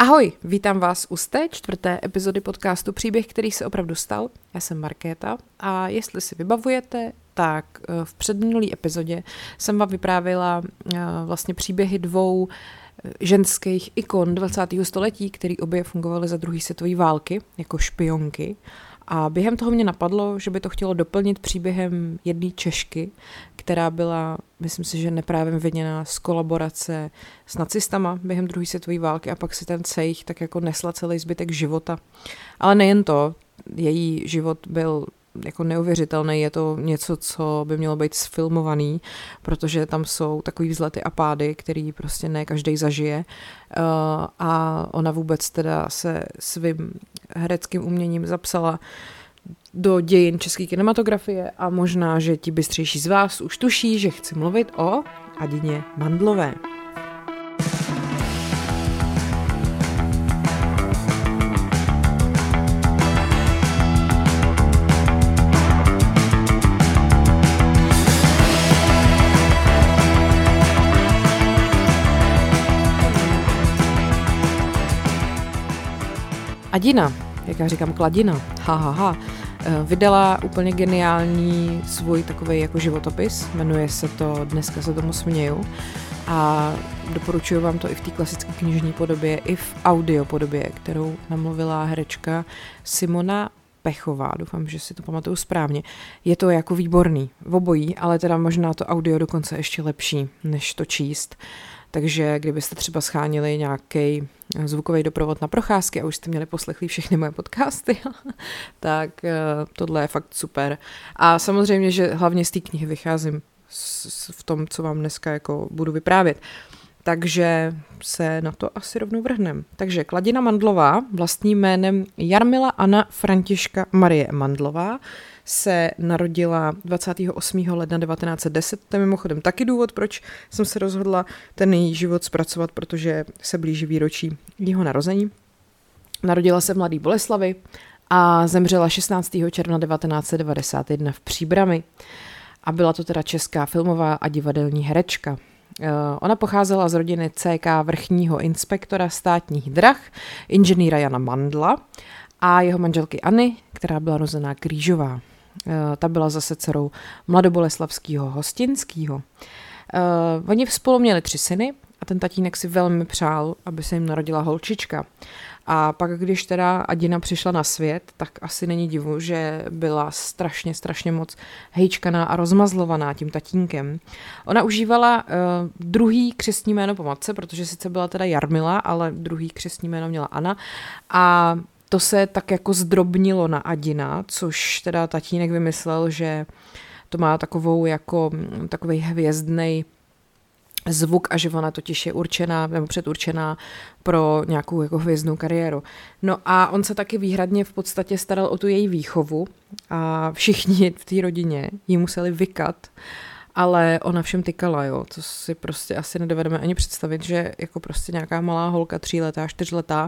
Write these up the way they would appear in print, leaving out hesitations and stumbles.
Ahoj, vítám vás u té 4. epizody podcastu Příběh, který se opravdu stal. Já jsem Markéta a jestli si vybavujete, tak v předminulý epizodě jsem vám vyprávila vlastně příběhy dvou ženských ikon 20. století, který obě fungovaly za druhé světové války jako špionky. A během toho mě napadlo, že by to chtělo doplnit příběhem jedné Češky, která byla, myslím si, že neprávem viněná z kolaborace s nacistama během druhé světové války a pak si ten cejch tak jako nesla celý zbytek života. Ale nejen to, její život byl jako neuvěřitelný, je to něco, co by mělo být sfilmovaný, protože tam jsou takový vzlety a pády, který prostě ne každý zažije a ona vůbec teda se svým hereckým uměním zapsala do dějin české kinematografie a možná, že ti bystřejší z vás už tuší, že chci mluvit o Adině Mandlové. Adina, jak já říkám Kladina, vydala úplně geniální svůj takovej jako životopis, jmenuje se to Dneska se tomu směju a doporučuji vám to i v té klasické knižní podobě, i v audio podobě, kterou namluvila herečka Simona Pechová, doufám, že si to pamatuju správně. Je to jako výborný, obojí, ale teda možná to audio dokonce ještě lepší, než to číst. Takže kdybyste třeba schánili nějaký zvukový doprovod na procházky a už jste měli poslechlý všechny moje podcasty, tak tohle je fakt super. A samozřejmě, že hlavně z té knihy vycházím v tom, co vám dneska jako budu vyprávět. Takže se na to asi rovnou vrhnem. Takže Kladina Mandlová, vlastním jménem Jarmila Anna Františka Marie Mandlová, se narodila 28. ledna 1910. To je mimochodem taky důvod, proč jsem se rozhodla ten její život zpracovat, protože se blíží výročí jeho narození. Narodila se v Mladé Boleslavi a zemřela 16. června 1991 v Příbrami. A byla to teda česká filmová a divadelní herečka. Ona pocházela z rodiny CK vrchního inspektora státních drah, inženýra Jana Mandla a jeho manželky Anny, která byla rozená Křížová. Ta byla zase dcerou mladoboleslavského Hostinského. Oni spolu měli 3 syny a ten tatínek si velmi přál, aby se jim narodila holčička. A pak, když teda Adina přišla na svět, tak asi není divu, že byla strašně moc hejčkaná a rozmazlovaná tím tatínkem. Ona užívala druhý křestní jméno po matce, protože sice byla teda Jarmila, ale druhý křestní jméno měla Anna a to se tak jako zdrobnilo na Adina, což teda tatínek vymyslel, že to má takovej hvězdnej zvuk a že ona totiž je určená nebo předurčená pro nějakou jako hvězdnou kariéru. No a on se taky výhradně v podstatě staral o tu její výchovu a všichni v té rodině jí museli vykat, ale ona všem tykala, jo, to si prostě asi nedovedeme ani představit, že jako prostě nějaká malá holka 3letá, 4letá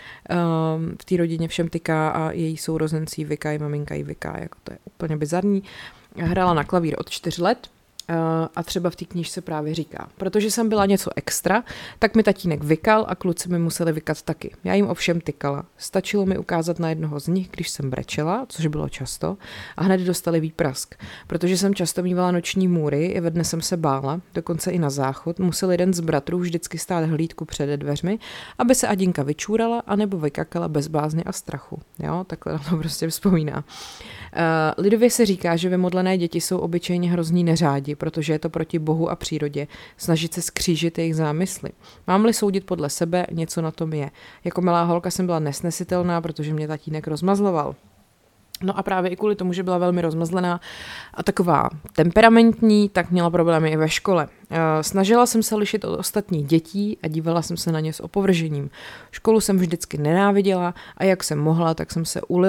v té rodině všem tyká a její sourozenci vykají, maminka jí vyká, jako to je úplně bizarní. Hrála na klavír od 4 let a třeba v té knížce právě říká, protože jsem byla něco extra, tak mi tatínek vykal a kluci mi museli vykat taky. Já jim ovšem tykala. Stačilo mi ukázat na jednoho z nich, když jsem brečela, což bylo často, a hned dostali výprask. Protože jsem často mívala noční můry, i ve dne jsem se bála, dokonce i na záchod, musel jeden z bratrů vždycky stát hlídku před dveřmi, aby se Adinka vyčůrala anebo vykakala bez bázně a strachu. Jo, takhle to prostě vzpomíná. Lidově se říká, že vymodlené děti jsou obyčejně hrozní neřádi, protože je to proti Bohu a přírodě, snažit se skřížit jejich zámysly. Mám-li soudit podle sebe, něco na tom je. Jako malá holka jsem byla nesnesitelná, protože mě tatínek rozmazloval. No a právě i kvůli tomu, že byla velmi rozmazlená a taková temperamentní, tak měla problémy i ve škole. Snažila jsem se lišit od ostatních dětí a dívala jsem se na ně s opovržením. Školu jsem vždycky nenáviděla a jak jsem mohla, tak jsem se ulila.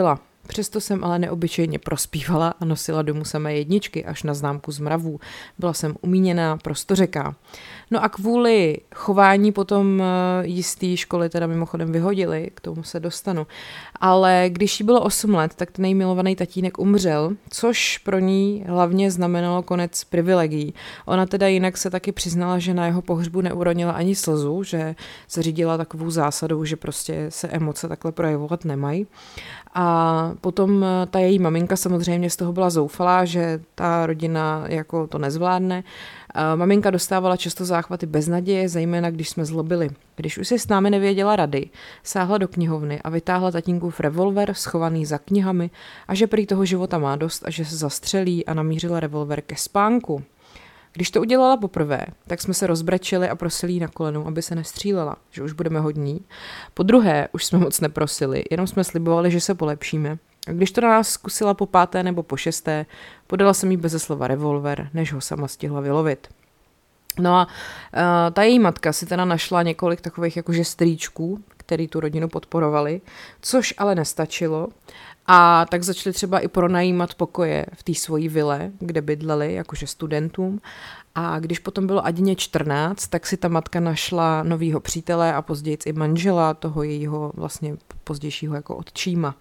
Přesto jsem ale neobyčejně prospívala a nosila domů samé jedničky až na známku z mravů. Byla jsem umíněná, prostořeká. No a kvůli chování potom jistý školy teda mimochodem vyhodili, k tomu se dostanu. Ale když jí bylo 8 let, tak ten její milovaný tatínek umřel, což pro ní hlavně znamenalo konec privilegií. Ona teda jinak se taky přiznala, že na jeho pohřbu neuronila ani slzu, že zařídila takovou zásadou, že prostě se emoce takhle projevovat nemají. A potom ta její maminka samozřejmě z toho byla zoufalá, že ta rodina jako to nezvládne. Maminka dostávala často záchvaty beznaděje, zejména když jsme zlobili. Když už si s námi nevěděla rady, sáhla do knihovny a vytáhla tatínkův revolver schovaný za knihami a že prý toho života má dost a že se zastřelí a namířila revolver ke spánku. Když to udělala poprvé, tak jsme se rozbrečeli a prosili jí na kolenou, aby se nestřílela, že už budeme hodní. Po druhé už jsme moc neprosili, jenom jsme slibovali, že se polepšíme. A když to na nás zkusila po 5. nebo po 6., podala jsem jí beze slova revolver, než ho sama stihla vylovit. No a ta její matka si teda našla několik takových jakože strýčků, který tu rodinu podporovali, což ale nestačilo. A tak začali třeba i pronajímat pokoje v té svojí vile, kde bydleli, jakože studentům. A když potom bylo Adině 14, tak si ta matka našla novýho přítele a později i manžela, toho jejího vlastně pozdějšího jako otčíma.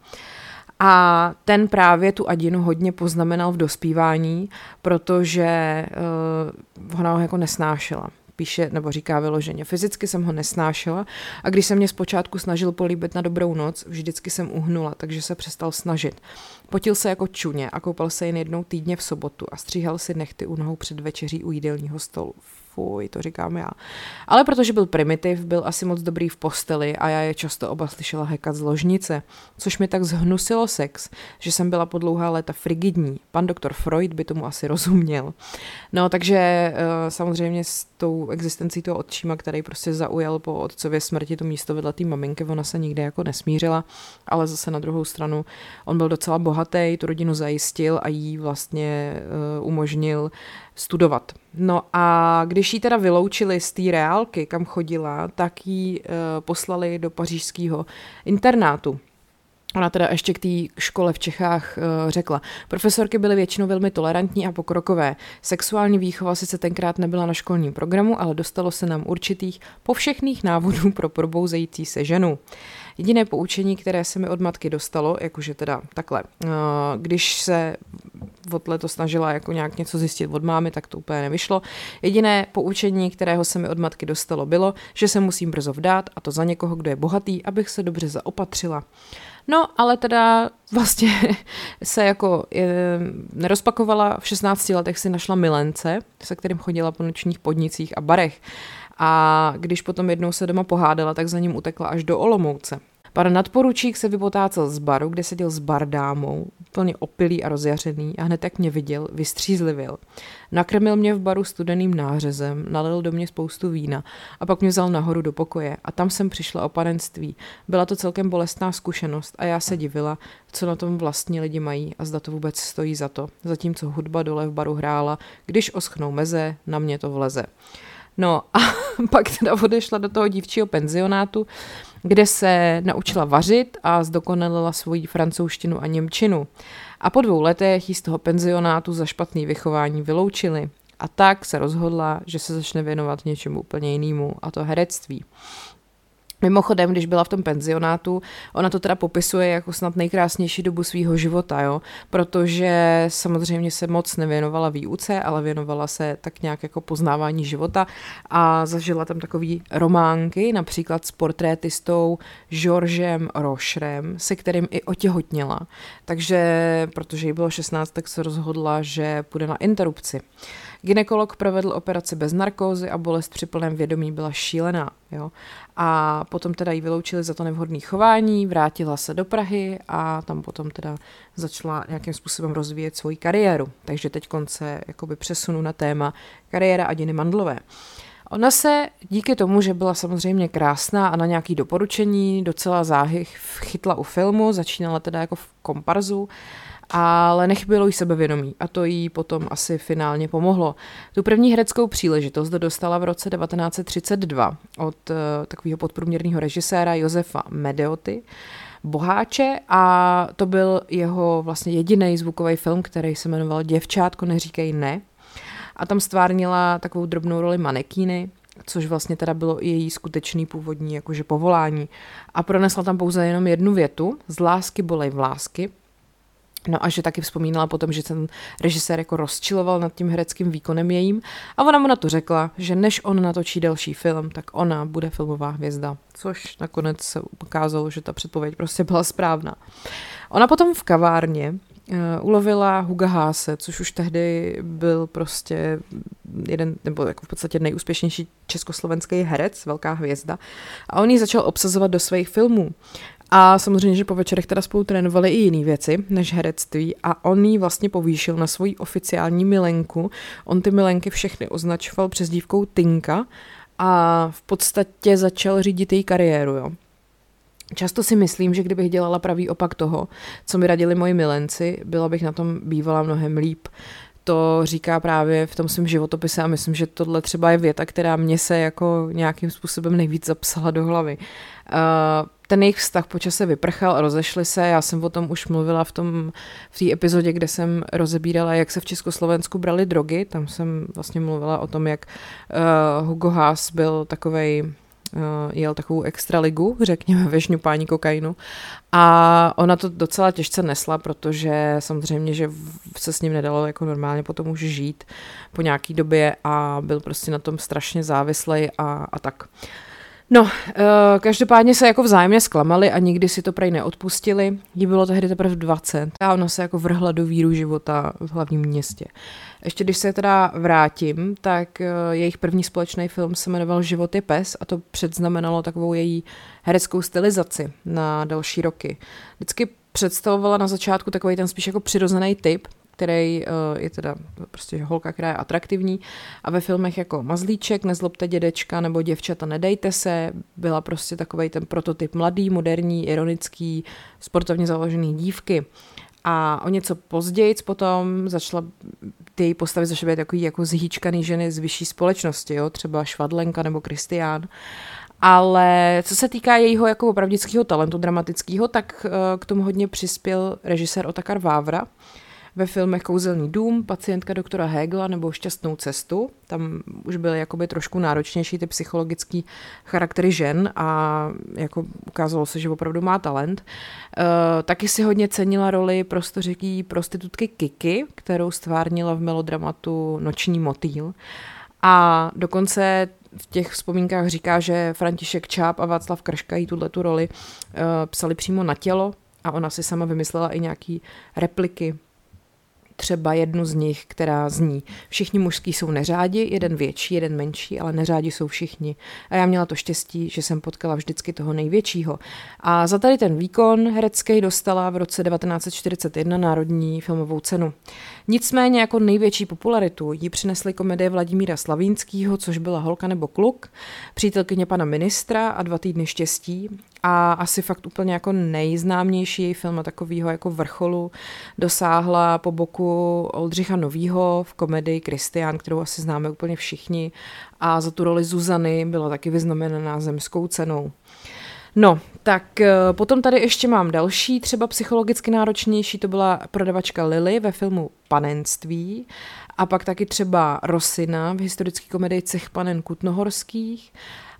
A ten právě tu Adinu hodně poznamenal v dospívání, protože ona ho jako nesnášela. Píše, nebo říká vyloženě, fyzicky jsem ho nesnášela a když se mě zpočátku snažil políbit na dobrou noc, vždycky jsem uhnula, takže se přestal snažit. Potil se jako čuně a koupal se jen jednou týdně v sobotu a stříhal si nehty u nohou před večeří u jídelního stolu. Fuj, to říkám já. Ale protože byl primitiv, byl asi moc dobrý v posteli a já je často oba slyšela hekat z ložnice, což mi tak zhnusilo sex, že jsem byla po dlouhá léta frigidní. Pan doktor Freud by tomu asi rozuměl. No, takže samozřejmě s tou existencí toho otčíma, který prostě zaujal po otcově smrti to místo vedle té maminky, ona se nikdy jako nesmířila, ale zase na druhou stranu on byl docela bohatý, tu rodinu zajistil a jí vlastně umožnil studovat. No a když ji teda vyloučili z té reálky, kam chodila, tak ji poslali do pařížského internátu. Ona teda ještě k té škole v Čechách řekla, profesorky byly většinou velmi tolerantní a pokrokové. Sexuální výchova sice tenkrát nebyla na školním programu, ale dostalo se nám určitých povšechných návodů pro probouzející se ženu. Jediné poučení, které se mi od matky dostalo, jakože teda takhle, když se odle to snažila jako nějak něco zjistit od mámy, tak to úplně nevyšlo. Jediné poučení, kterého se mi od matky dostalo, bylo, že se musím brzo vdát a to za někoho, kdo je bohatý, abych se dobře zaopatřila. No, ale teda vlastně se jako nerozpakovala, v 16 letech si našla milence, se kterým chodila po nočních podnicích a barech. A když potom jednou se doma pohádala, tak za ním utekla až do Olomouce. Pan nadporučík se vypotácel z baru, kde seděl s bardámou, plně opilý a rozjařený a hned jak mě viděl, vystřízlivěl. Nakrmil mě v baru studeným nářezem, nalil do mě spoustu vína a pak mě vzal nahoru do pokoje a tam jsem přišla o panenství. Byla to celkem bolestná zkušenost a já se divila, co na tom vlastně lidi mají a zda to vůbec stojí za to. Zatímco hudba dole v baru hrála, když oschnou meze, na mě to vleze. No a pak teda odešla do toho dívčího penzionátu, kde se naučila vařit a zdokonalila svoji francouzštinu a němčinu. A po 2 letech ji z toho penzionátu za špatný vychování vyloučili. A tak se rozhodla, že se začne věnovat něčemu úplně jinému, a to herectví. Mimochodem, když byla v tom penzionátu, ona to teda popisuje jako snad nejkrásnější dobu svýho života, jo? Protože samozřejmě se moc nevěnovala výuce, ale věnovala se tak nějak jako poznávání života a zažila tam takový románky, například s portrétistou Georgem Rocherem, se kterým i otěhotněla. Takže, protože jí bylo 16, tak se rozhodla, že půjde na interrupci. Gynekolog provedl operaci bez narkózy a bolest při plném vědomí byla šílená. Jo? A potom teda jí vyloučili za to nevhodné chování, vrátila se do Prahy a tam potom teda začala nějakým způsobem rozvíjet svoji kariéru. Takže teď se jakoby přesunu na téma kariéra Adiny Mandlové. Ona se díky tomu, že byla samozřejmě krásná a na nějaké doporučení docela záhy chytla u filmu, začínala teda jako v komparzu, ale nechybělo jí sebevědomí a to jí potom asi finálně pomohlo. Tu první hereckou příležitost dostala v roce 1932 od takového podprůměrného režiséra Josefa Medeoty. boháče a to byl jeho vlastně jediný zvukový film, který se jmenoval Děvčátko, neříkej ne. A tam stvárnila takovou drobnou roli manekíny, což vlastně teda bylo i její skutečný původní jakože povolání. A pronesla tam pouze jenom jednu větu, z lásky bolej v lásky. No a že taky vzpomínala potom, že ten režisér jako rozčiloval nad tím hereckým výkonem jejím a ona mu na to řekla, že než on natočí další film, tak ona bude filmová hvězda. Což nakonec se ukázalo, že ta předpověď prostě byla správná. Ona potom v kavárně ulovila Huga Haase, což už tehdy byl prostě jeden, nebo jako v podstatě nejúspěšnější československý herec, velká hvězda. A on ji začal obsazovat do svých filmů. A samozřejmě, že po večerech teda spolu trénovali i jiné věci než herectví a on ji vlastně povýšil na svoji oficiální milenku. On ty milenky všechny označoval přezdívkou Tinka a v podstatě začal řídit její kariéru, jo. Často si myslím, že kdybych dělala pravý opak toho, co mi radili moji milenci, byla bych na tom bývala mnohem líp. To říká právě v tom svém životopise a myslím, že tohle třeba je věta, která mě se jako nějakým způsobem nejvíc zapsala do hlavy. Ten jejich vztah po čase vyprchal a rozešli se. Já jsem o tom už mluvila v té epizodě, kde jsem rozebírala, jak se v Československu brali drogy. Tam jsem vlastně mluvila o tom, jak Hugo Haas byl jel takovou extraligu, řekněme, ve šňupání kokainu. A ona to docela těžce nesla, protože samozřejmě, že se s ním nedalo jako normálně potom už žít po nějaký době a byl prostě na tom strašně závislej a tak. No, každopádně se jako vzájemně zklamali a nikdy si to prej neodpustili. Jí bylo tehdy teprve 20 a ona se jako vrhla do víru života v hlavním městě. Ještě když se teda vrátím, tak jejich první společný film se jmenoval Život je pes a to předznamenalo takovou její hereckou stylizaci na další roky. Vždycky představovala na začátku takový ten spíš jako přirozený typ, který je teda prostě holka, která je atraktivní a ve filmech jako Mazlíček, Nezlobte dědečka nebo Děvčata nedejte se, byla prostě takovej ten prototyp mladý, moderní, ironický, sportovně založený dívky. A o něco později potom ty její postavy začaly být takový jako zhýčkaný ženy z vyšší společnosti, jo? Třeba Švadlenka nebo Kristián. Ale co se týká jejího jako opravdického talentu dramatického, tak k tomu hodně přispěl režisér Otakar Vávra ve filmech Kouzelný dům, Pacientka doktora Hegla nebo Šťastnou cestu. Tam už byly jakoby trošku náročnější ty psychologický charaktery žen a jako ukázalo se, že opravdu má talent. Taky si hodně cenila roli prostořeký prostitutky Kiki, kterou stvárnila v melodramatu Noční motýl. A dokonce v těch vzpomínkách říká, že František Čáp a Václav Krška jí tuhletu roli psali přímo na tělo a ona si sama vymyslela i nějaký repliky. Třeba jednu z nich, která zní: všichni mužský jsou neřádi, jeden větší, jeden menší, ale neřádi jsou všichni. A já měla to štěstí, že jsem potkala vždycky toho největšího. A za tady ten výkon herecký dostala v roce 1941 Národní filmovou cenu. Nicméně jako největší popularitu jí přinesly komedie Vladimíra Slavínského, což byla Holka nebo kluk, Přítelkyně pana ministra a 2 týdny štěstí. A asi fakt úplně jako nejznámější film a takovýho jako vrcholu dosáhla po boku Oldřicha Novýho v komedii Kristián, kterou asi známe úplně všichni, a za tu roli Zuzany byla taky vyznamenaná Zemskou cenou. No, tak potom tady ještě mám další, třeba psychologicky náročnější, to byla prodavačka Lily ve filmu Panenství a pak taky třeba Rosina v historické komedii Cech panen Kutnohorských.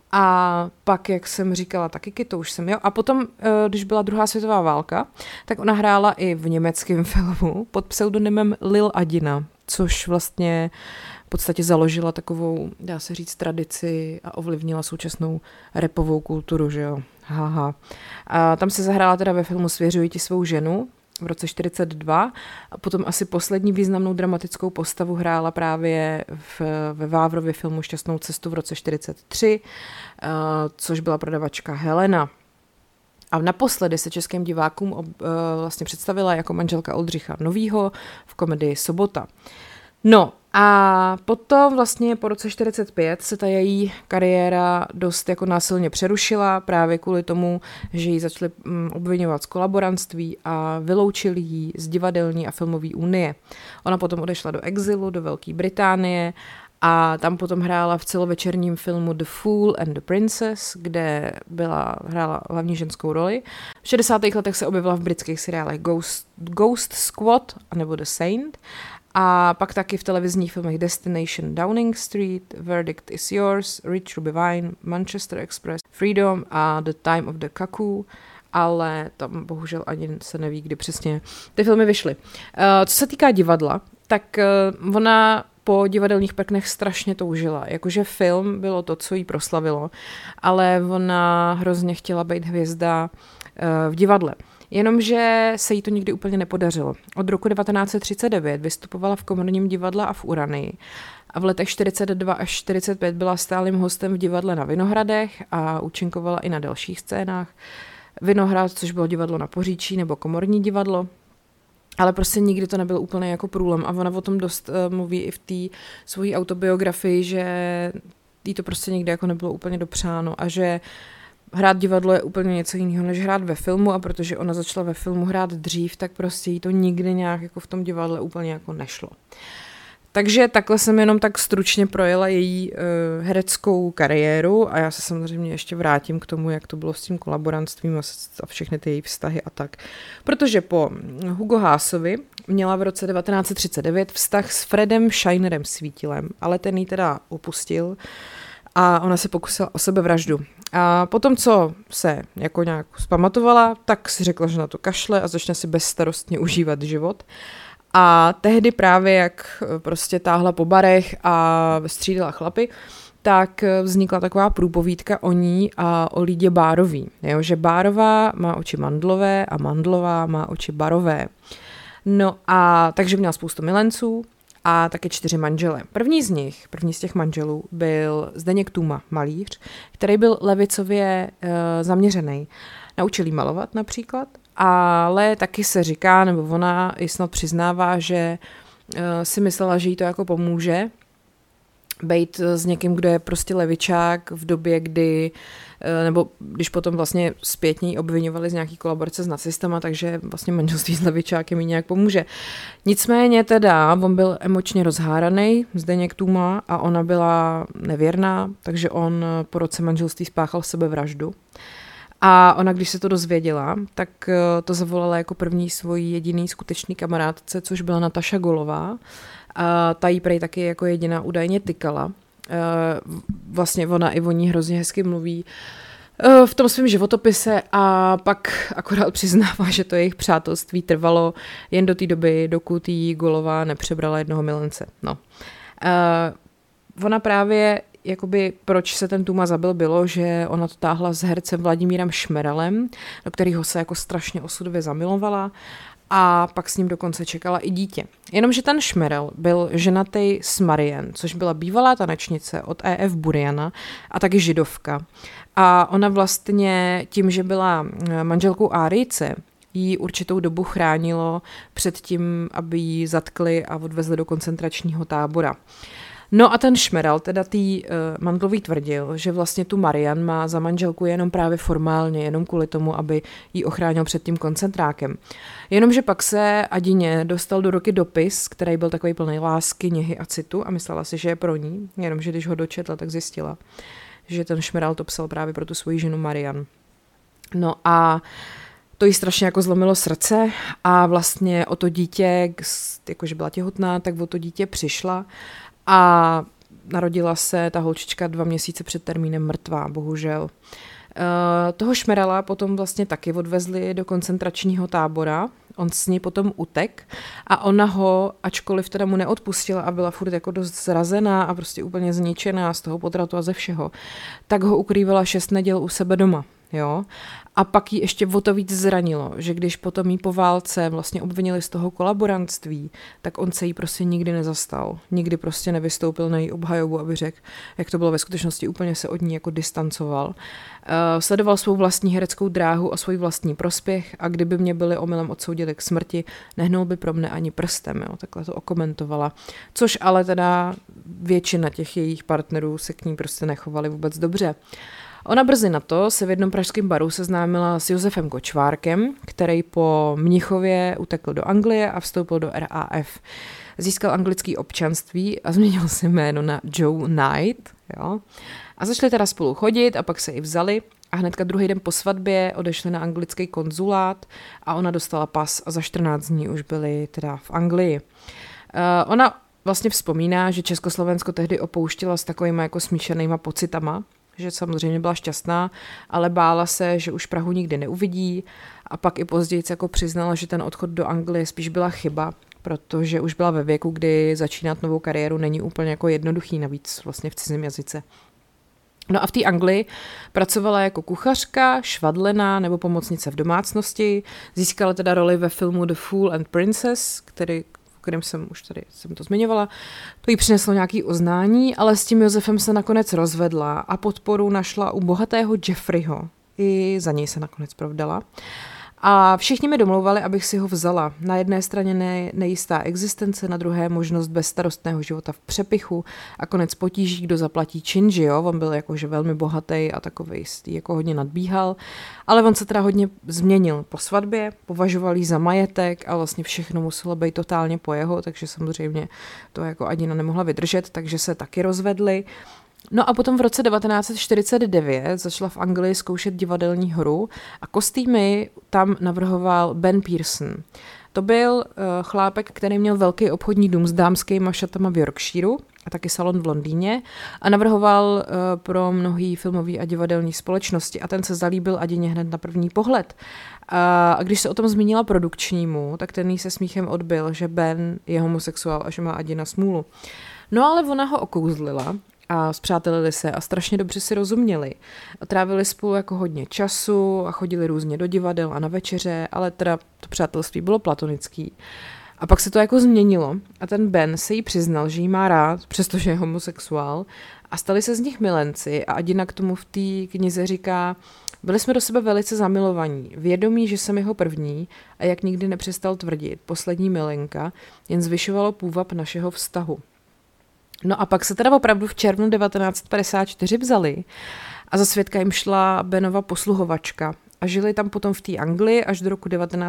A pak, jak jsem říkala, taky to už jsem, jo. A potom, když byla druhá světová válka, tak ona hrála i v německém filmu pod pseudonymem Lil Adina, což vlastně v podstatě založila takovou, dá se říct, tradici a ovlivnila současnou rapovou kulturu, že jo. Haha. A tam se zahrála teda ve filmu Svěřuji ti svou ženu v roce 1942 a potom asi poslední významnou dramatickou postavu hrála právě ve Vávrově filmu Šťastnou cestu v roce 1943, což byla prodavačka Helena. A naposledy se českým divákům vlastně představila jako manželka Oldřicha Novýho v komedii Sobota. No a potom vlastně po roce 1945 se ta její kariéra dost jako násilně přerušila právě kvůli tomu, že ji začali obvinovat z kolaborantství a vyloučili ji z divadelní a filmové unie. Ona potom odešla do exilu, do Velké Británie a tam potom hrála v celovečerním filmu The Fool and the Princess, kde hrála hlavní ženskou roli. V 60. letech se objevila v britských seriálech Ghost Squad nebo The Saint a pak taky v televizních filmech Destination Downing Street, Verdict is Yours, Rich Ruby Wine, Manchester Express, Freedom a The Time of the Cuckoo, ale tam bohužel ani se neví, kdy přesně ty filmy vyšly. Co se týká divadla, tak ona po divadelních prknech strašně toužila. Jakože film bylo to, co jí proslavilo, ale ona hrozně chtěla být hvězda v divadle. Jenomže se jí to nikdy úplně nepodařilo. Od roku 1939 vystupovala v Komorním divadle a v Uranii a v letech 42 až 45 byla stálým hostem v divadle na Vinohradech a účinkovala i na dalších scénách. Vinohrad, což bylo divadlo na Poříčí nebo Komorní divadlo, ale prostě nikdy to nebyl úplně jako průlom a ona o tom dost mluví i v té svojí autobiografii, že jí to prostě nikdy jako nebylo úplně dopřáno a že hrát divadlo je úplně něco jiného, než hrát ve filmu a protože ona začala ve filmu hrát dřív, tak prostě jí to nikdy nějak jako v tom divadle úplně jako nešlo. Takže takhle jsem jenom tak stručně projela její hereckou kariéru a já se samozřejmě ještě vrátím k tomu, jak to bylo s tím kolaborantstvím a všechny ty její vztahy a tak. Protože po Hugo Haasovi měla v roce 1939 vztah s Fredem Scheinerem Svítilem, ale ten jí teda opustil a ona se pokusila o sebevraždu. A potom, co se jako nějak zpamatovala, tak si řekla, že na to kašle a začne si bezstarostně užívat život. A tehdy právě, jak prostě táhla po barech a střídala chlapy, tak vznikla taková průpovídka o ní a o Lídě Bárový. Jo, že Bárová má oči mandlové a mandlová má oči barové. No a takže měla spoustu milenců a také 4 manžele. První z těch manželů byl Zdeněk Tůma, malíř, který byl levicově zaměřený. Naučil jí malovat například, ale taky se říká, nebo ona i snad přiznává, že si myslela, že jí to jako pomůže bejt s někým, kdo je prostě levičák v době, kdy, nebo když potom vlastně zpětně obviňovali z nějaký kolaborace s nacistama, takže vlastně manželství s levičákem jí nějak pomůže. Nicméně teda, on byl emočně rozháraný, Zdeněk Tůma, a ona byla nevěrná, takže on po roce manželství spáchal sebevraždu. A ona, když se to dozvěděla, tak to zavolala jako první svoji jediný skutečný kamarádce, což byla Nataša Golová. A ta jí prej taky jako jediná údajně tykala. Vlastně ona i o ní hrozně hezky mluví v tom svém životopise a pak akorát přiznává, že to jejich přátelství trvalo jen do té doby, dokud jí Golová nepřebrala jednoho milence. No. Ona právě jakoby proč se ten Tůma zabil, bylo, že ona to táhla s hercem Vladimírem Šmerelem, do kterého se jako strašně osudově zamilovala a pak s ním dokonce čekala i dítě. Jenomže ten Šmerel byl ženatý s Marian, což byla bývalá tanečnice od E.F. Buriana a taky židovka. A ona vlastně tím, že byla manželkou Árijce, jí určitou dobu chránilo před tím, aby ji zatkli a odvezli do koncentračního tábora. No a ten Šmerel, teda tý Mandlový tvrdil, že vlastně tu Marian má za manželku jenom právě formálně, jenom kvůli tomu, aby ji ochránil před tím koncentrákem. Jenomže pak se Adině dostal do ruky dopis, který byl takový plný lásky, něhy a citu a myslela si, že je pro ní, jenomže když ho dočetla, tak zjistila, že ten Šmerel to psal právě pro tu svoji ženu Marian. No a to jí strašně jako zlomilo srdce a vlastně o to dítě, jakože byla těhotná, tak o to dítě přišla a narodila se ta holčička 2 měsíce před termínem mrtvá, bohužel. Toho Šmerela potom vlastně taky odvezli do koncentračního tábora, on s ní potom utek a ona ho, ačkoliv teda mu neodpustila a byla furt jako dost zrazená a prostě úplně zničená z toho potratu a ze všeho, tak ho ukrývala 6 neděl u sebe doma. Jo? A pak jí ještě o to víc zranilo, že když potom jí po válce vlastně obvinili z toho kolaborantství, tak on se jí prostě nikdy nezastal. Nikdy prostě nevystoupil na její obhajobu, aby řekl, jak to bylo ve skutečnosti, úplně se od ní jako distancoval. Sledoval svou vlastní hereckou dráhu a svůj vlastní prospěch a kdyby mě byli omylem odsoudili k smrti, nehnul by pro mne ani prstem. Jo? Takhle to okomentovala. Což ale teda většina těch jejich partnerů se k ní prostě nechovali vůbec dobře. Ona brzy na to se v jednom pražském baru seznámila s Josefem Kočvárkem, který po Mnichově utekl do Anglie a vstoupil do RAF. získal anglické občanství a změnil si jméno na Joe Knight. Jo? A začali teda spolu chodit a pak se i vzali a hnedka druhý den po svatbě odešli na anglický konzulát a ona dostala pas a za 14 dní už byli teda v Anglii. Ona vlastně vzpomíná, že Československo tehdy opouštěla s takovými jako smíšenýma pocitama, že samozřejmě byla šťastná, ale bála se, že už Prahu nikdy neuvidí a pak i později jako přiznala, že ten odchod do Anglie spíš byla chyba, protože už byla ve věku, kdy začínat novou kariéru není úplně jako jednoduchý, navíc vlastně v cizím jazyce. No a v té Anglii pracovala jako kuchařka, švadlena nebo pomocnice v domácnosti, získala teda roli ve filmu The Fool and Princess, kterým jsem to zmiňovala. To jí přineslo nějaké uznání, ale s tím Josefem se nakonec rozvedla a podporu našla u bohatého Jeffreyho. I za něj se nakonec provdala. A všichni mi domlouvali, abych si ho vzala. Na jedné straně nejistá existence, na druhé možnost bezstarostného života v přepichu a konec potíží, kdo zaplatí činži, jo. On byl jakože velmi bohatý a takovej jako hodně nadbíhal, ale on se teda hodně změnil po svatbě, považoval jí za majetek a vlastně všechno muselo být totálně po jeho, takže samozřejmě to jako Adina nemohla vydržet, takže se taky rozvedli. No a potom v roce 1949 začala v Anglii zkoušet divadelní hru a kostýmy tam navrhoval Ben Pearson. To byl chlápek, který měl velký obchodní dům s dámskýma šatama v Yorkshireu a taky salon v Londýně a navrhoval pro mnohý filmový a divadelní společnosti a ten se zalíbil Adině hned na první pohled. A když se o tom zmínila produkčnímu, tak ten jí se smíchem odbyl, že Ben je homosexuál a že má Adina smůlu. No ale ona ho okouzlila a spřátelili se a strašně dobře si rozuměli. A trávili spolu jako hodně času a chodili různě do divadel a na večeře, ale teda to přátelství bylo platonický. A pak se to jako změnilo a ten Ben se jí přiznal, že jí má rád, přestože je homosexuál a stali se z nich milenci a Adina k tomu v té knize říká: byli jsme do sebe velice zamilovaní, vědomí, že jsem jeho první a jak nikdy nepřestal tvrdit, poslední milenka, jen zvyšovalo půvab našeho vztahu. No a pak se teda opravdu v červnu 1954 vzali a za svědka jim šla Benova posluhovačka a žili tam potom v té Anglii až do roku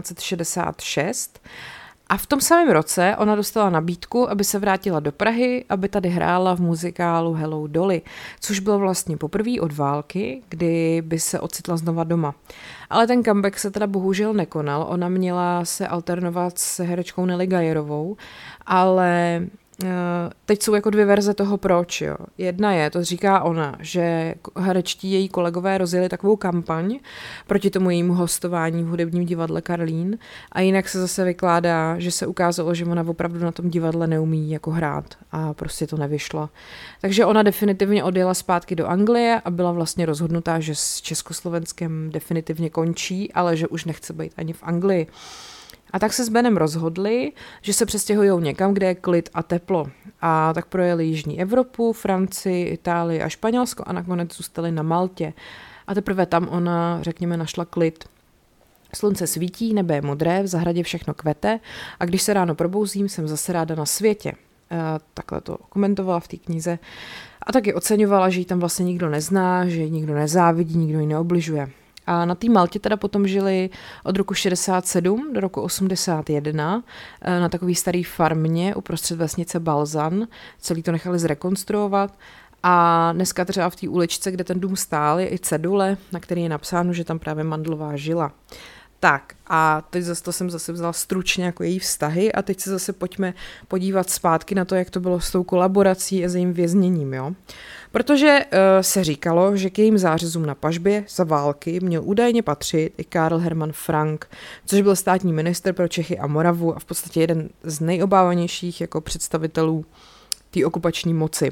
1966 a v tom samém roce ona dostala nabídku, aby se vrátila do Prahy, aby tady hrála v muzikálu Hello Dolly, což bylo vlastně poprvé od války, kdy by se ocitla znova doma. Ale ten comeback se teda bohužel nekonal, ona měla se alternovat s herečkou Nelly Gajerovou, ale teď jsou jako dvě verze toho proč, jo. Jedna je, to říká ona, že herečtí její kolegové rozjeli takovou kampaň proti tomu jejímu hostování v hudebním divadle Karlín a jinak se zase vykládá, že se ukázalo, že ona opravdu na tom divadle neumí jako hrát a prostě to nevyšlo. Takže ona definitivně odjela zpátky do Anglie a byla vlastně rozhodnutá, že s Československem definitivně končí, ale že už nechce být ani v Anglii. A tak se s Benem rozhodli, že se přestěhujou někam, kde je klid a teplo. A tak projeli Jižní Evropu, Francii, Itálii a Španělsko a nakonec zůstali na Maltě. A teprve tam ona, řekněme, našla klid. Slunce svítí, nebe je modré, v zahradě všechno kvete a když se ráno probouzím, jsem zase ráda na světě. Takhle to komentovala v té knize. A taky oceňovala, že ji tam vlastně nikdo nezná, že ji nikdo nezávidí, nikdo ji neobližuje. A na té Maltě teda potom žili od roku 67 do roku 81 na takový starý farmě uprostřed vesnice Balzan. Celý to nechali zrekonstruovat a dneska třeba v té uličce, kde ten dům stál, je i cedule, na který je napsáno, že tam právě Mandlová žila. Tak a teď to jsem zase vzala stručně jako její vztahy a teď se zase pojďme podívat zpátky na to, jak to bylo s tou kolaborací a s jejím vězněním, jo. Protože se říkalo, že k jejím zářezům na pažbě za války měl údajně patřit i Karl Hermann Frank, což byl státní ministr pro Čechy a Moravu a v podstatě jeden z nejobávanějších jako představitelů té okupační moci.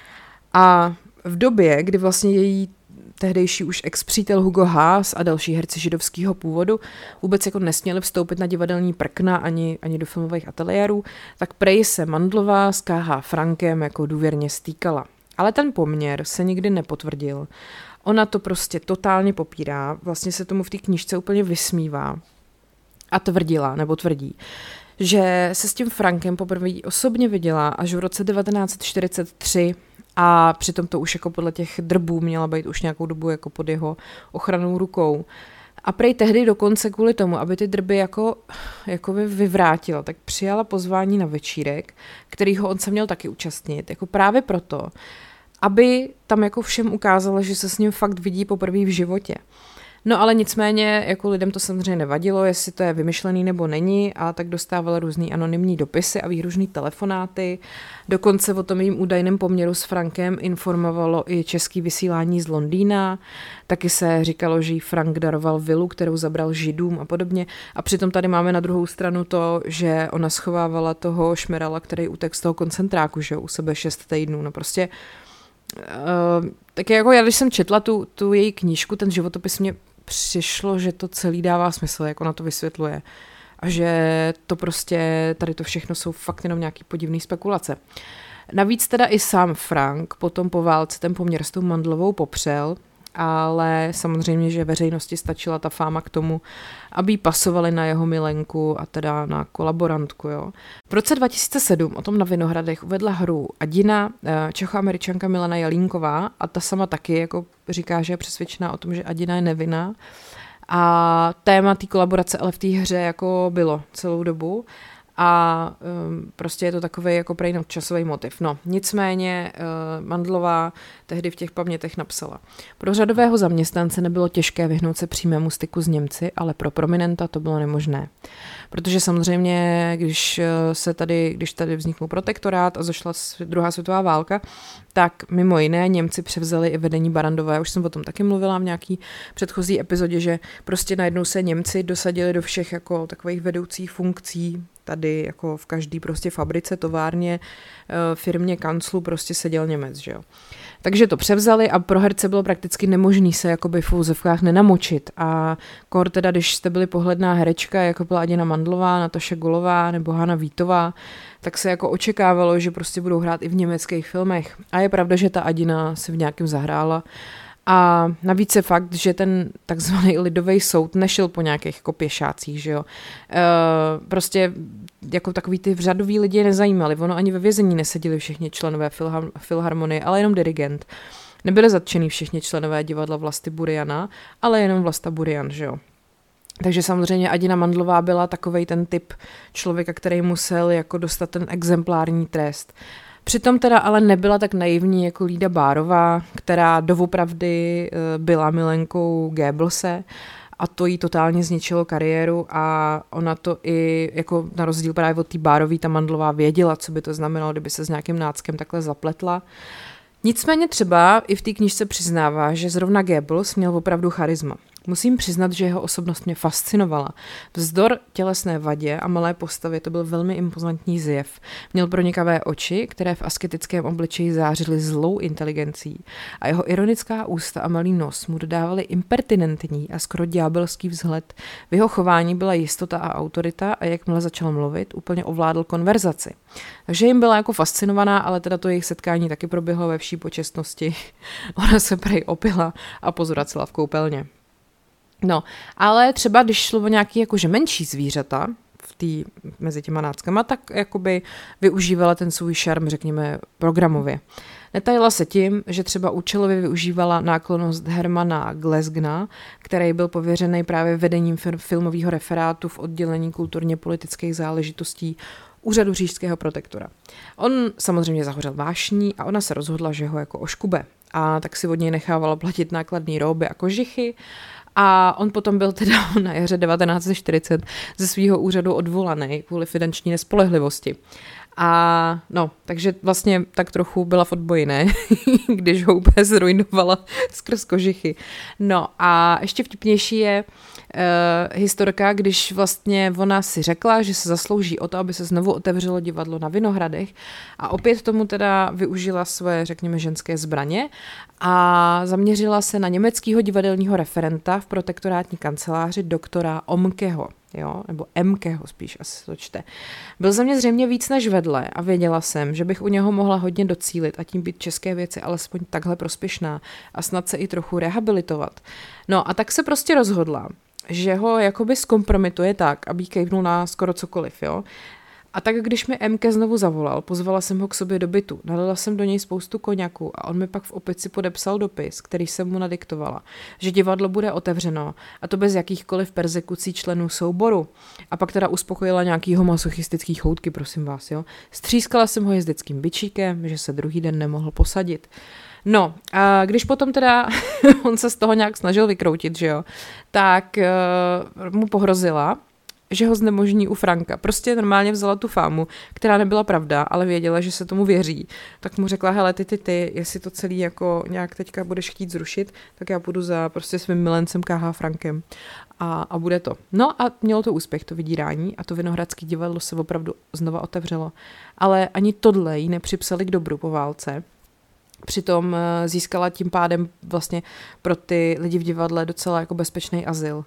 A v době, kdy vlastně její tehdejší už ex-přítel Hugo Haas a další herci židovského původu vůbec jako nesměli vstoupit na divadelní prkna ani do filmových ateliérů, tak prej se Mandlová s K.H. Frankem jako důvěrně stýkala. Ale ten poměr se nikdy nepotvrdil. Ona to prostě totálně popírá, vlastně se tomu v té knížce úplně vysmívá a tvrdí, že se s tím Frankem poprvé osobně viděla až v roce 1943 a přitom to už jako podle těch drbů měla být už nějakou dobu jako pod jeho ochrannou rukou. A prej tehdy dokonce kvůli tomu, aby ty drby jako by vyvrátila, tak přijala pozvání na večírek, kterýho on se měl taky účastnit, jako právě proto, aby tam jako všem ukázala, že se s ním fakt vidí poprvé v životě. No ale nicméně jako lidem to samozřejmě nevadilo, jestli to je vymyšlený nebo není, a tak dostávala různý anonymní dopisy a výhružný telefonáty. Dokonce o tom jejím údajném poměru s Frankem informovalo i český vysílání z Londýna. Taky se říkalo, že jí Frank daroval vilu, kterou zabral Židům a podobně. A přitom tady máme na druhou stranu to, že ona schovávala toho šmerala, který utekl z toho koncentráku, že u sebe 6 týdnů. No prostě tak jako já, když jsem četla tu její knížku, ten životopis, mě přišlo, že to celý dává smysl, jako na to vysvětluje. A že to prostě, tady to všechno jsou fakt jenom nějaký podivný spekulace. Navíc teda i sám Frank potom po válce ten poměr s tou Mandlovou popřel, ale samozřejmě, že veřejnosti stačila ta fáma k tomu, aby jí pasovali na jeho milenku a teda na kolaborantku. Jo. V roce 2007 o tom na Vinohradech uvedla hru Adina, Čechoameričanka Milena Jalínková, a ta sama taky jako říká, že je přesvědčená o tom, že Adina je nevinná. A téma té kolaborace ale v té hře jako bylo celou dobu. A prostě je to takový jako prej časový motiv. No, nicméně Mandlová tehdy v těch pamětech napsala: pro řadového zaměstnance nebylo těžké vyhnout se přímému styku s Němci, ale pro prominenta to bylo nemožné. Protože samozřejmě, když tady vzniknul protektorát a zašla druhá světová válka, tak mimo jiné Němci převzali i vedení Barrandové. Už jsem o tom taky mluvila v nějaký předchozí epizodě, že prostě najednou se Němci dosadili do všech jako takových vedoucích funkcí, tady jako v každý prostě fabrice, továrně, firmě, kanclu prostě seděl Němec, že jo. Takže to převzali a pro herce bylo prakticky nemožný se jakoby v úzovkách nenamočit. A kor teda, když jste byli pohledná herečka, jako byla Adina Mandlová, Nataša Golová nebo Hana Vítová, tak se jako očekávalo, že prostě budou hrát i v německých filmech. A je pravda, že ta Adina si v nějakém zahrála. A navíc je fakt, že ten takzvaný lidový soud nešel po nějakých jako pěšácích, že jo. Prostě jako takový ty řadoví lidi nezajímali. Ono ani ve vězení neseděli všichni členové filharmonie, ale jenom dirigent. Nebyli zatčený všichni členové divadla Vlasty Buriana, ale jenom Vlasta Burian, že jo. Takže samozřejmě Adina Mandlová byla takovej ten typ člověka, který musel jako dostat ten exemplární trest. Přitom teda ale nebyla tak naivní jako Lída Bárová, která doopravdy byla milenkou Goebbelse, a to jí totálně zničilo kariéru, a ona to i jako na rozdíl právě od té Bárový, ta Mandlová věděla, co by to znamenalo, kdyby se s nějakým náckem takhle zapletla. Nicméně třeba i v té knížce přiznává, že zrovna Goebbels měl opravdu charisma. Musím přiznat, že jeho osobnost mě fascinovala. Vzdor tělesné vadě a malé postavě to byl velmi impozantní zjev. Měl pronikavé oči, které v asketickém obličeji zářily zlou inteligencí, a jeho ironická ústa a malý nos mu dodávaly impertinentní a skoro ďábelský vzhled. V jeho chování byla jistota a autorita, a jakmile začal mluvit, úplně ovládl konverzaci. Takže jim byla jako fascinovaná, ale teda to jejich setkání taky proběhlo ve vší počestnosti. Ona se prej opila a pozvracela v koupelně. No, ale třeba když šlo o nějaký jakože menší zvířata mezi těma náckama, tak jakoby využívala ten svůj šarm, řekněme, programově. Netajila se tím, že třeba účelově využívala náklonnost Hermana Glesgna, který byl pověřený právě vedením filmového referátu v oddělení kulturně politických záležitostí úřadu říšského protektora. On samozřejmě zahořel vášní a ona se rozhodla, že ho jako oškube. A tak si od něj nechávala platit nákladný rouby a kožichy. A on potom byl teda na jaře 1940 ze svého úřadu odvolaný kvůli finanční nespolehlivosti. A no, takže vlastně tak trochu byla v odboji, ne? Když ho úplně zrujnovala skrz kožichy. No a ještě vtipnější je historka, když vlastně ona si řekla, že se zaslouží o to, aby se znovu otevřelo divadlo na Vinohradech, a opět tomu teda využila svoje, řekněme, ženské zbraně a zaměřila se na německého divadelního referenta v protektorátní kanceláři doktora Omkeho. Jo, nebo Mkeho spíš asi to čte. Byl za mě zřejmě víc než vedle a věděla jsem, že bych u něho mohla hodně docílit a tím být české věci alespoň takhle prospěšná a snad se i trochu rehabilitovat. No a tak se prostě rozhodla, že ho jakoby zkompromituje tak, aby kejvnul na skoro cokoliv, jo. A tak když mi Emke znovu zavolal, pozvala jsem ho k sobě do bytu, nalila jsem do něj spoustu koněku a on mi pak v opici podepsal dopis, který jsem mu nadiktovala, že divadlo bude otevřeno a to bez jakýchkoliv perzekucí členů souboru. A pak teda uspokojila nějakýho masochistický choutky, prosím vás, jo. Střískala jsem ho jezdeckým bičíkem, že se druhý den nemohl posadit. No, a když potom teda on se z toho nějak snažil vykroutit, že jo, tak mu pohrozila, že ho znemožní u Franka. Prostě normálně vzala tu fámu, která nebyla pravda, ale věděla, že se tomu věří. Tak mu řekla, hele, ty, jestli to celý jako nějak teďka budeš chtít zrušit, tak já půjdu za prostě svým milencem KH Frankem. A bude to. No a mělo to úspěch, to vydírání, a to Vinohradské divadlo se opravdu znova otevřelo. Ale ani tohle jí nepřipsali k dobru po válce. Přitom získala tím pádem vlastně pro ty lidi v divadle docela jako bezpečný azyl.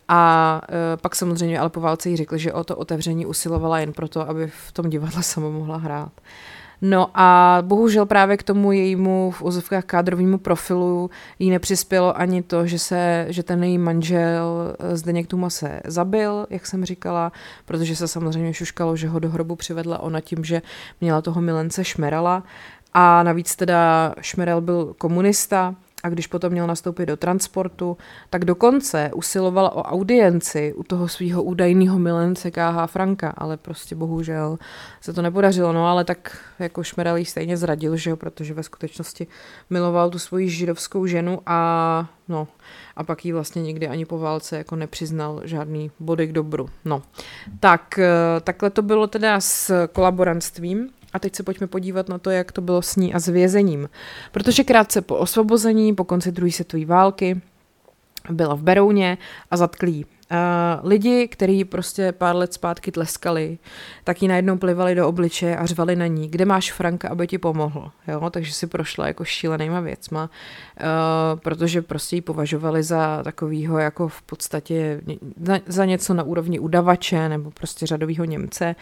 A pak samozřejmě ale po válce jí řekli, že o to otevření usilovala jen proto, aby v tom divadle sama mohla hrát. No a bohužel právě k tomu jejímu v ozovkách kádrovému profilu jí nepřispělo ani to, že ten její manžel Zdeněk Tuma se zabil, jak jsem říkala, protože se samozřejmě šuškalo, že ho do hrobu přivedla ona tím, že měla toho milence Šmerala. A navíc teda Šmerel byl komunista a když potom měl nastoupit do transportu, tak dokonce usilovala o audienci u toho svého údajného milence KH Franka, ale prostě bohužel se to nepodařilo. No ale tak jako Šmerel jí stejně zradil, že jo, protože ve skutečnosti miloval tu svoji židovskou ženu a pak jí vlastně nikdy ani po válce jako nepřiznal žádný body k dobru. No, tak takhle to bylo teda s kolaborantstvím. A teď se pojďme podívat na to, jak to bylo s ní a s vězením. Protože krátce po osvobození, po konci druhé světové války, byla v Berouně a zatkli. Lidi, kteří prostě pár let zpátky tleskali, tak ji najednou plivali do obličeje a řvali na ní, kde máš Franka, aby ti pomohl. Jo? Takže si prošla jako šílenýma věcma, protože prostě ji považovali za takovýho jako v podstatě za něco na úrovni udavače nebo prostě řadovýho Němce.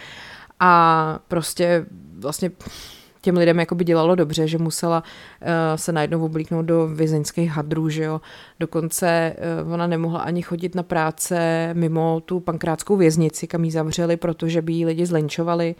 A prostě vlastně těm lidem jakoby dělalo dobře, že musela se najednou oblíknout do vězeňských hadrů, že jo. Dokonce ona nemohla ani chodit na práce mimo tu pankrátskou věznici, kam ji zavřeli, protože by jí lidi zlinčovali.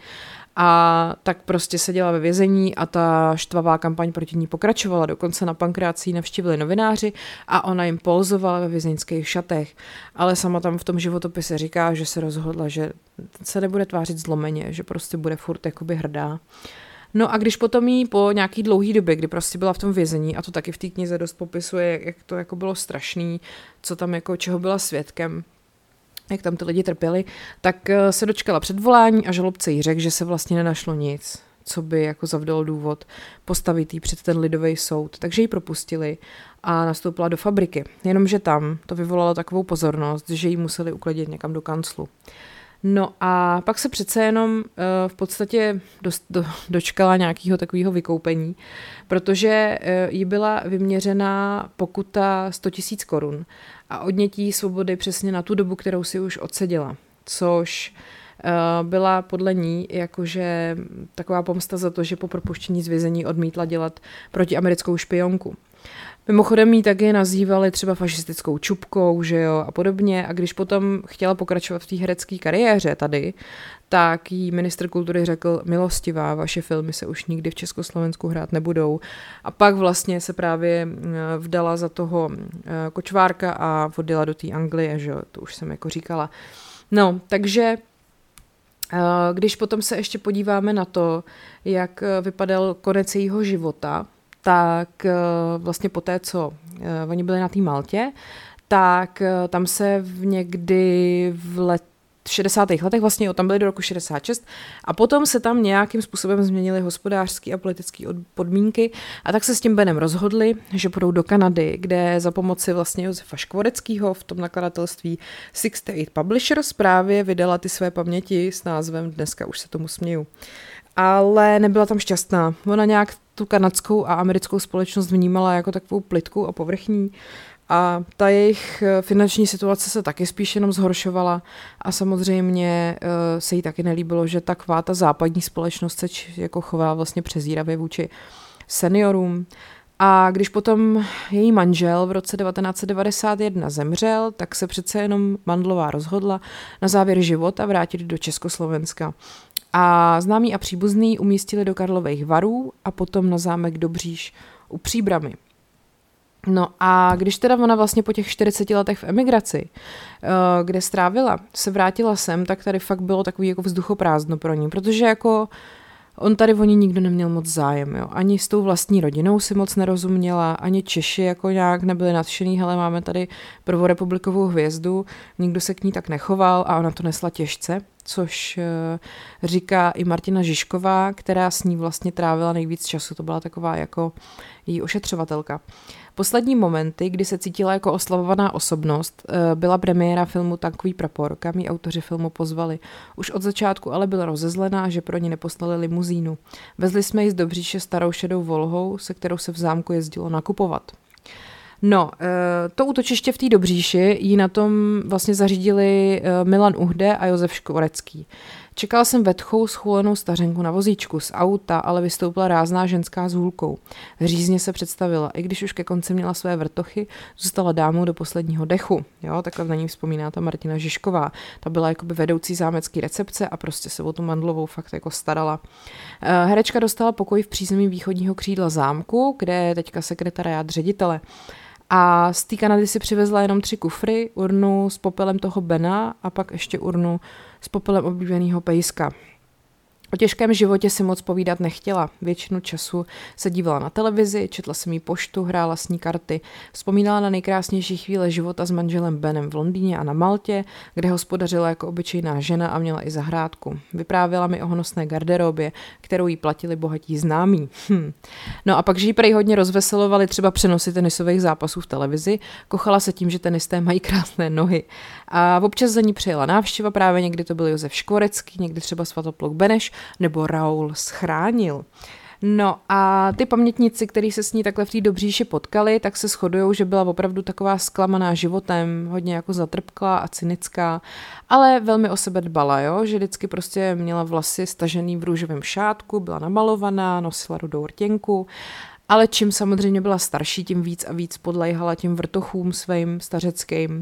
A tak prostě seděla ve vězení a ta štvavá kampaň proti ní pokračovala. Dokonce na Pankráci navštívili novináři a ona jim polzovala ve vězeňských šatech. Ale sama tam v tom životopise říká, že se rozhodla, že se nebude tvářit zlomeně, že prostě bude furt jakoby hrdá. No a když potom jí po nějaký dlouhý době, kdy prostě byla v tom vězení, a to taky v té knize dost popisuje, jak to jako bylo strašný, co tam jako čeho byla svědkem, jak tam ty lidi trpěli, tak se dočkala předvolání a žalobce jí řekl, že se vlastně nenašlo nic, co by jako zavdalo důvod postavit jí před ten lidový soud. Takže ji propustili a nastoupila do fabriky. Jenomže tam to vyvolalo takovou pozornost, že ji museli uklidit někam do kanclu. No a pak se přece jenom v podstatě dočkala nějakého takového vykoupení, protože jí byla vyměřena pokuta 100 000 korun a odnětí svobody přesně na tu dobu, kterou si už odseděla, což byla podle ní jakože taková pomsta za to, že po propuštění z vězení odmítla dělat protiamerickou špionku. Mimochodem jí taky nazývali třeba fašistickou čupkou, že jo, a podobně. A když potom chtěla pokračovat v té herecké kariéře tady, tak jí ministr kultury řekl, milostivá, vaše filmy se už nikdy v Československu hrát nebudou. A pak vlastně se právě vdala za toho Kočvárka a odjela do té Anglie, že jo, to už jsem jako říkala. No, takže když potom se ještě podíváme na to, jak vypadal konec jejího života, tak vlastně po té, co oni byli na té Maltě, tak tam se někdy v 60. letech, vlastně tam byli do roku 66 a potom se tam nějakým způsobem změnily hospodářské a politické podmínky a tak se s tím Benem rozhodli, že půjdou do Kanady, kde za pomoci vlastně Josefa Škvoreckého v tom nakladatelství Six State Publishers právě vydala ty své paměti s názvem Dneska už se tomu směju. Ale nebyla tam šťastná. Ona nějak tu kanadskou a americkou společnost vnímala jako takovou plytkou a povrchní a ta jejich finanční situace se taky spíš jenom zhoršovala a samozřejmě se jí taky nelíbilo, že taková ta západní společnost se jako chová vlastně přezíravě vůči seniorům. A když potom její manžel v roce 1991 zemřel, tak se přece jenom Mandlová rozhodla na závěr života vrátit do Československa. A známí a příbuzný umístili do Karlových Varů a potom na zámek Dobříš u Příbrami. No a když teda ona vlastně po těch 40 letech v emigraci, kde strávila, se vrátila sem, tak tady fakt bylo takový jako vzduchoprázdno pro ní, protože jako on tady o ní nikdo neměl moc zájem, jo. Ani s tou vlastní rodinou si moc nerozuměla, ani Češi jako nějak nebyli nadšený, hele, máme tady prvorepublikovou hvězdu, nikdo se k ní tak nechoval a ona to nesla těžce, což říká i Martina Žižková, která s ní vlastně trávila nejvíc času, to byla taková jako její ošetřovatelka. Poslední momenty, kdy se cítila jako oslavovaná osobnost, byla premiéra filmu Tankový prapor, kam ji autoři filmu pozvali. Už od začátku ale byla rozezlená, že pro ní neposlali limuzínu. Vezli jsme ji z Dobříše starou šedou Volhou, se kterou se v zámku jezdilo nakupovat. No, to útočiště v té Dobříši jí na tom vlastně zařídili Milan Uhde a Josef Škvorecký. Čekala jsem vetchou schůlenou stařenku na vozíčku z auta, ale vystoupila rázná ženská s hůlkou. Řízně se představila, i když už ke konci měla své vrtochy, zůstala dámou do posledního dechu. Jo, takhle na ní vzpomíná ta Martina Žižková. Ta byla jakoby vedoucí zámecký recepce a prostě se o tu Mandlovou fakt jako starala. Herečka dostala pokoj v přízemí východního křídla zámku, kde je teďka sekretariát ředitele. A z té Kanady si přivezla jenom 3 kufry, urnu s popelem toho Bena a pak ještě urnu s popelem oblíbeného pejska. O těžkém životě si moc povídat nechtěla. Většinu času se dívala na televizi, četla si jí poštu, hrála s ní karty. Vzpomínala na nejkrásnější chvíle života s manželem Benem v Londýně a na Maltě, kde hospodařila jako obyčejná žena a měla i zahrádku. Vyprávěla mi o honosné garderobě, kterou jí platili bohatí známí. No a pak, že jí prej hodně rozveselovali třeba přenosy tenisových zápasů v televizi, kochala se tím, že tenisté mají krásné nohy. A občas za ní přijela návštěva, právě někdy to byl Josef Škvorecký, někdy třeba Svatopluk Beneš, nebo Raoul Schránil. No a ty pamětníci, kteří se s ní takhle v té Dobříši potkali, tak se shodujou, že byla opravdu taková zklamaná životem, hodně jako zatrpklá a cynická, ale velmi o sebe dbala, jo? Že vždycky prostě měla vlasy stažený v růžovém šátku, byla namalovaná, nosila rudou rtěnku, ale čím samozřejmě byla starší, tím víc a víc podléhala těm vrtochům svým stařeckým.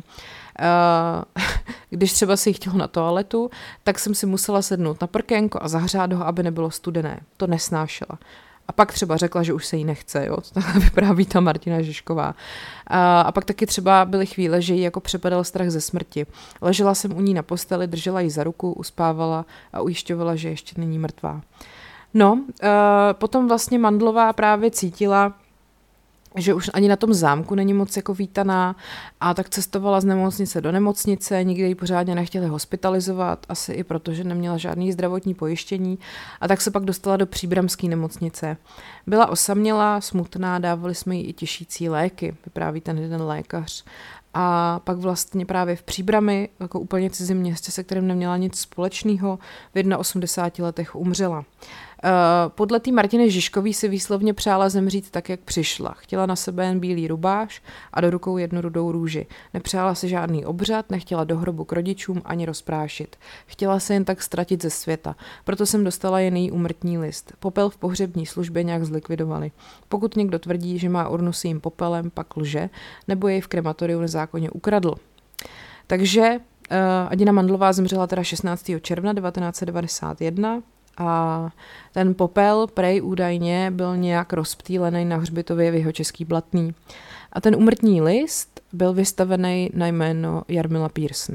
Když třeba si chtěla na toaletu, tak jsem si musela sednout na prkénko a zahřát ho, aby nebylo studené. To nesnášela. A pak třeba řekla, že už se jí nechce, jo? To takhle vypráví ta Martina Žižková. A pak taky třeba byly chvíle, že jí jako přepadal strach ze smrti. Ležela jsem u ní na posteli, držela jí za ruku, uspávala a ujišťovala, že ještě není mrtvá. No, potom vlastně Mandlová právě cítila, že už ani na tom zámku není moc jako vítaná a tak cestovala z nemocnice do nemocnice, nikde ji pořádně nechtěli hospitalizovat, asi i proto, že neměla žádný zdravotní pojištění a tak se pak dostala do příbramské nemocnice. Byla osamělá, smutná, dávali jsme jí i těšící léky, vypráví ten jeden lékař. A pak vlastně právě v Příbrami, jako úplně cizím městě, se kterým neměla nic společného, v 81 letech umřela. Podle té Martiny Žižkový si výslovně přála zemřít tak, jak přišla. Chtěla na sebe jen bílý rubáš a do rukou jednu rudou růži. Nepřála si žádný obřad, nechtěla do hrobu k rodičům ani rozprášit. Chtěla se jen tak ztratit ze světa. Proto jsem dostala jen její úmrtní list. Popel v pohřební službě nějak zlikvidovali. Pokud někdo tvrdí, že má urnu s jím popelem, pak lže, nebo jej v krematoriu nezákonně ukradl. Takže Adina Mandlová zemřela teda 16. června 1991 a ten popel prej údajně byl nějak rozptýlený na hřbitově v Jihočeský Blatný. A ten úmrtní list byl vystavený na jméno Jarmila Pearson.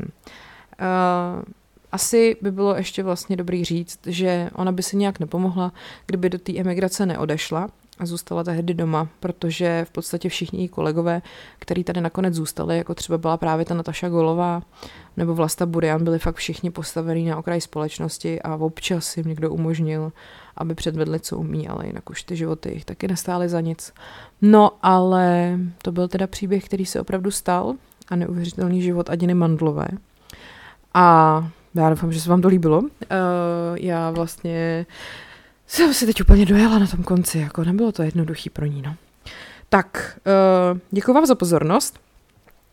Asi by bylo ještě vlastně dobrý říct, že ona by si nějak nepomohla, kdyby do té emigrace neodešla a zůstala tehdy doma, protože v podstatě všichni její kolegové, kteří tady nakonec zůstali, jako třeba byla právě ta Nataša Golová nebo Vlasta Burian, byli fakt všichni postavení na okraj společnosti a občas jim někdo umožnil, aby předvedli, co umí, ale jinak už ty životy jich taky nestály za nic. No, ale to byl teda příběh, který se opravdu stal a neuvěřitelný život Adiny Mandlové. A já doufám, že se vám to líbilo. Já vlastně jsem si teď úplně dojela na tom konci, jako nebylo to jednoduchý pro ní, no. Tak, děkuji vám za pozornost.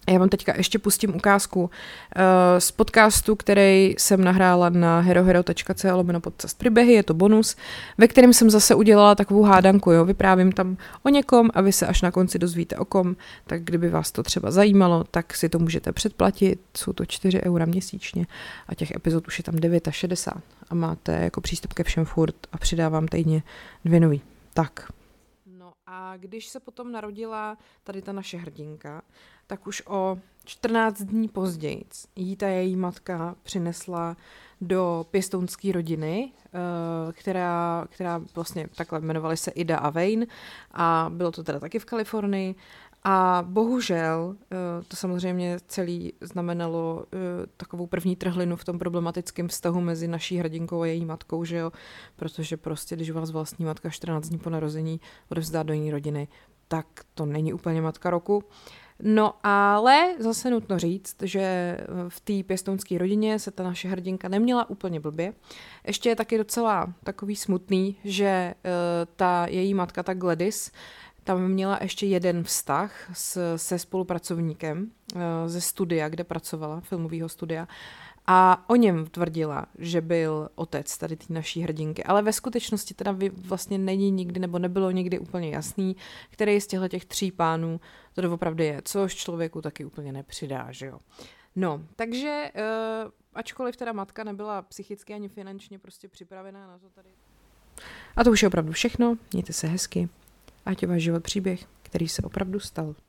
A já vám teďka ještě pustím ukázku z podcastu, který jsem nahrála na herohero.co/podcast příběhy, je to bonus, ve kterém jsem zase udělala takovou hádanku, jo, vyprávím tam o někom a vy se až na konci dozvíte o kom, tak kdyby vás to třeba zajímalo, tak si to můžete předplatit, jsou to 4 € měsíčně a těch epizod už je tam 69 a máte jako přístup ke všem furt a přidávám týdně 2 nový. Tak. No a když se potom narodila tady ta naše hrdinka, tak už o 14 dní později jí ta její matka přinesla do pěstounské rodiny, která vlastně takhle jmenovaly se Ida a Wayne a bylo to teda taky v Kalifornii a bohužel to samozřejmě celý znamenalo takovou první trhlinu v tom problematickém vztahu mezi naší hrdinkou a její matkou, že jo, protože prostě, když vás vlastní matka 14 dní po narození odevzdá do jiné rodiny, tak to není úplně matka roku. No ale zase nutno říct, že v té pěstounské rodině se ta naše hrdinka neměla úplně blbě. Ještě je taky docela takový smutný, že ta její matka, ta Gladys, tam měla ještě jeden vztah se spolupracovníkem ze studia, kde pracovala, filmového studia. A o něm tvrdila, že byl otec tady té naší hrdinky. Ale ve skutečnosti teda vlastně není nikdy, nebo nebylo nikdy úplně jasný, který z těch 3 pánů to doopravdy je, což člověku taky úplně nepřidá, že jo. No, takže ačkoliv teda matka nebyla psychicky ani finančně prostě připravená na to tady. A to už je opravdu všechno, mějte se hezky, ať je váš život příběh, který se opravdu stal.